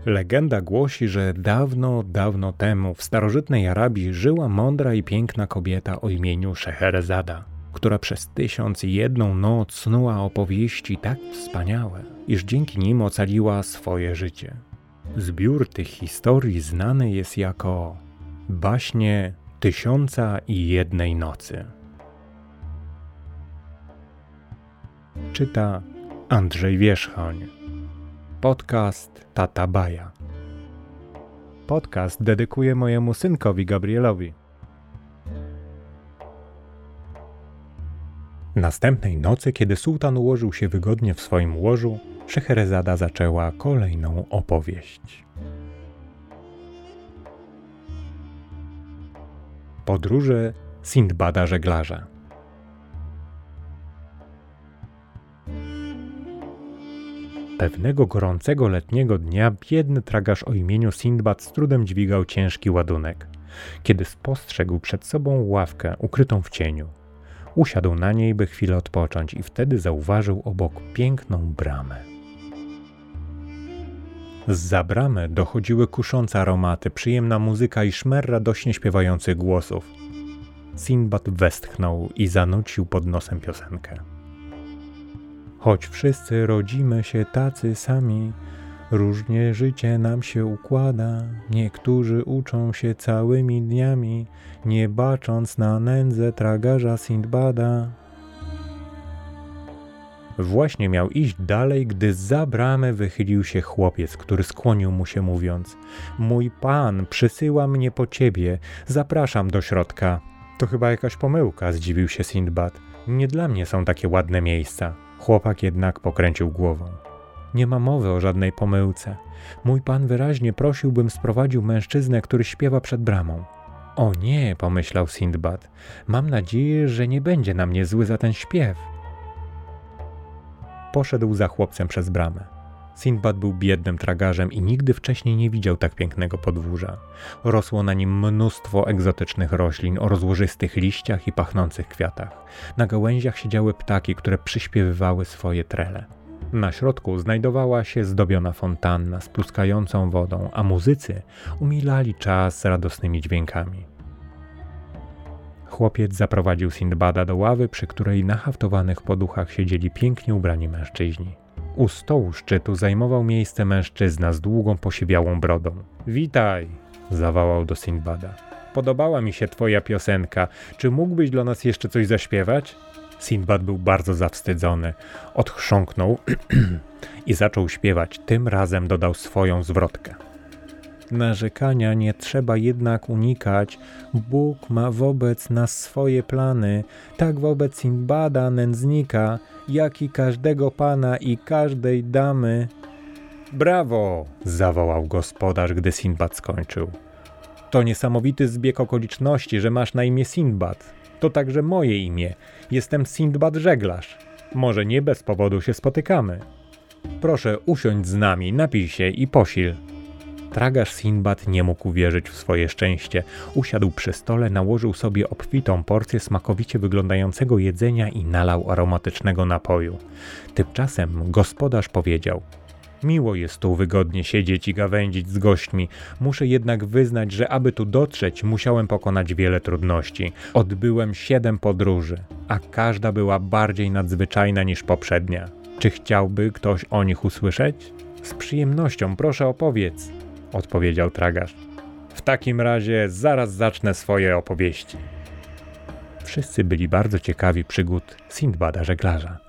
Legenda głosi, że dawno, dawno temu w starożytnej Arabii żyła mądra i piękna kobieta o imieniu Szeherazada, która przez 1001 noc snuła opowieści tak wspaniałe, iż dzięki nim ocaliła swoje życie. Zbiór tych historii znany jest jako Baśnie 1001 nocy. Czyta Andrzej Wierzchoń. Podcast Tata Baja. Podcast dedykuję mojemu synkowi Gabrielowi. Następnej nocy, kiedy sułtan ułożył się wygodnie w swoim łożu, Szeherazada zaczęła kolejną opowieść. Podróże Sindbada żeglarza. Pewnego gorącego letniego dnia biedny tragarz o imieniu Sindbad z trudem dźwigał ciężki ładunek, kiedy spostrzegł przed sobą ławkę ukrytą w cieniu. Usiadł na niej, by chwilę odpocząć i wtedy zauważył obok piękną bramę. Zza bramy dochodziły kuszące aromaty, przyjemna muzyka i szmer radośnie śpiewających głosów. Sindbad westchnął i zanucił pod nosem piosenkę. Choć wszyscy rodzimy się tacy sami, różnie życie nam się układa. Niektórzy uczą się całymi dniami, nie bacząc na nędzę tragarza Sindbada. Właśnie miał iść dalej, gdy zza bramy wychylił się chłopiec, który skłonił mu się mówiąc: „Mój pan przysyła mnie po ciebie, zapraszam do środka”. To chyba jakaś pomyłka, zdziwił się Sindbad. Nie dla mnie są takie ładne miejsca. Chłopak jednak pokręcił głową. Nie ma mowy o żadnej pomyłce. Mój pan wyraźnie prosił, bym sprowadził mężczyznę, który śpiewa przed bramą. O nie, pomyślał Sindbad. Mam nadzieję, że nie będzie na mnie zły za ten śpiew. Poszedł za chłopcem przez bramę. Sindbad był biednym tragarzem i nigdy wcześniej nie widział tak pięknego podwórza. Rosło na nim mnóstwo egzotycznych roślin o rozłożystych liściach i pachnących kwiatach. Na gałęziach siedziały ptaki, które przyśpiewywały swoje trele. Na środku znajdowała się zdobiona fontanna z pluskającą wodą, a muzycy umilali czas radosnymi dźwiękami. Chłopiec zaprowadził Sindbada do ławy, przy której na haftowanych poduchach siedzieli pięknie ubrani mężczyźni. U stołu szczytu zajmował miejsce mężczyzna z długą, posiwiałą brodą. „Witaj”, zawołał do Sindbada. „Podobała mi się twoja piosenka. Czy mógłbyś dla nas jeszcze coś zaśpiewać?” Sindbad był bardzo zawstydzony. Odchrząknął i zaczął śpiewać. Tym razem dodał swoją zwrotkę. „Narzekania nie trzeba jednak unikać. Bóg ma wobec nas swoje plany. Tak wobec Sindbada nędznika, jak i każdego pana i każdej damy”. „Brawo”, zawołał gospodarz, gdy Sindbad skończył. „To niesamowity zbieg okoliczności, że masz na imię Sindbad. To także moje imię. Jestem Sindbad żeglarz. Może nie bez powodu się spotykamy. Proszę usiądź z nami, napij się i posil”. Tragarz Sindbad nie mógł uwierzyć w swoje szczęście. Usiadł przy stole, nałożył sobie obfitą porcję smakowicie wyglądającego jedzenia i nalał aromatycznego napoju. Tymczasem gospodarz powiedział: „Miło jest tu wygodnie siedzieć i gawędzić z gośćmi. Muszę jednak wyznać, że aby tu dotrzeć, musiałem pokonać wiele trudności. Odbyłem 7 podróży, a każda była bardziej nadzwyczajna niż poprzednia. Czy chciałby ktoś o nich usłyszeć?” „Z przyjemnością, proszę opowiedz”, odpowiedział tragarz. „W takim razie zaraz zacznę swoje opowieści”. Wszyscy byli bardzo ciekawi przygód Sindbada żeglarza.